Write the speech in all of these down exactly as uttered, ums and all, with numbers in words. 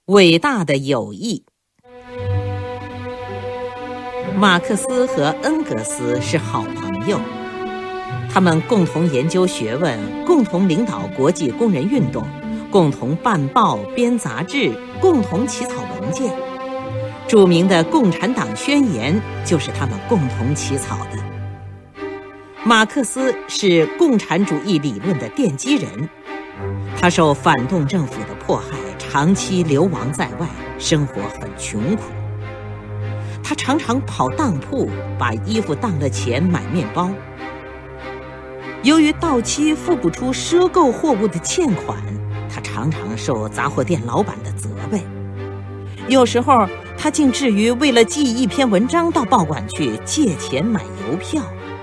伟大的友谊。马克思和恩格斯是好朋友，他们共同研究学问，共同领导国际工人运动，共同办报、编杂志，共同起草文件。著名的《共产党宣言》就是他们共同起草的。马克思是共产主义理论的奠基人，他受反动政府的迫害，长期流亡在外，生活很穷苦。他常常跑当铺，把衣服当了钱买面包。由于到期付不出赊购货物的欠款，他常常受杂货店老板的责备。有时候，他竟至于为了寄一篇文章到报馆去借钱买邮票。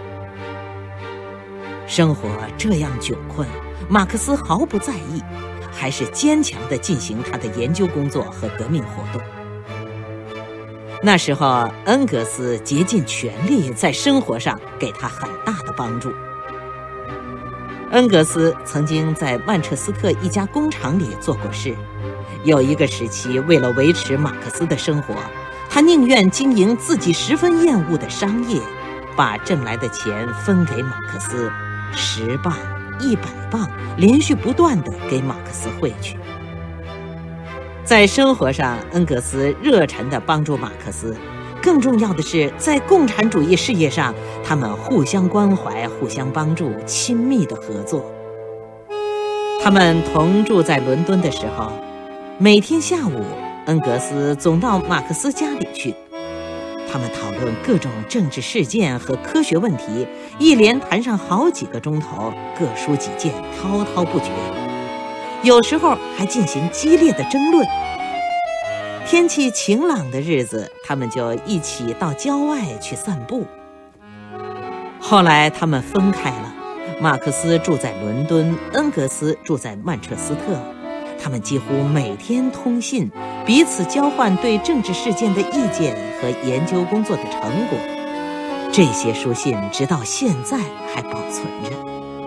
生活这样窘困，马克思毫不在意，还是坚强地进行他的研究工作和革命活动。那时候，恩格斯竭尽全力在生活上给他很大的帮助。恩格斯曾经在曼彻斯特一家工厂里做过事，有一个时期，为了维持马克思的生活，他宁愿经营自己十分厌恶的商业，把挣来的钱分给马克思，十磅、一百磅，连续不断地给马克思汇去。在生活上，恩格斯热忱地帮助马克思，更重要的是，在共产主义事业上，他们互相关怀、互相帮助，亲密的合作。他们同住在伦敦的时候，每天下午，恩格斯总到马克思家里去。他们讨论各种政治事件和科学问题，一连谈上好几个钟头，各抒己见，滔滔不绝。有时候还进行激烈的争论。天气晴朗的日子，他们就一起到郊外去散步。后来他们分开了，马克思住在伦敦，恩格斯住在曼彻斯特。他们几乎每天通信，彼此交换对政治事件的意见和研究工作的成果。这些书信直到现在还保存着。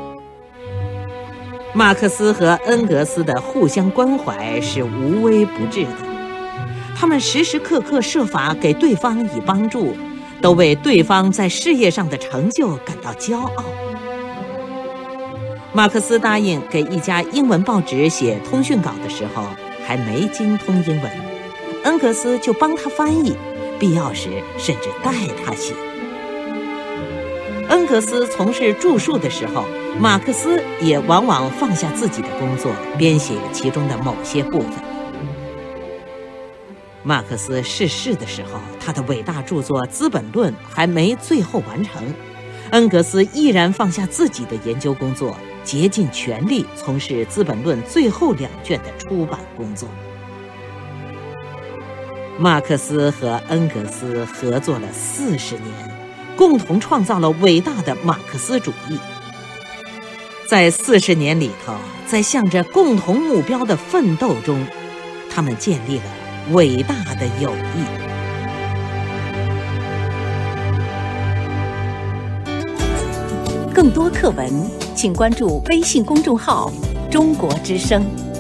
马克思和恩格斯的互相关怀是无微不至的，他们时时刻刻设法给对方以帮助，都为对方在事业上的成就感到骄傲。马克思答应给一家英文报纸写通讯稿的时候，还没精通英文，恩格斯就帮他翻译，必要时甚至代他写。恩格斯从事著述的时候，马克思也往往放下自己的工作，编写其中的某些部分。马克思逝世的时候，他的伟大著作《资本论》还没最后完成，恩格斯依然放下自己的研究工作，竭尽全力从事《资本论》最后两卷的出版工作。马克思和恩格斯合作了四十年，共同创造了伟大的马克思主义。在四十年里头，在向着共同目标的奋斗中，他们建立了伟大的友谊。 更多课文，请关注微信公众号“中国之声”。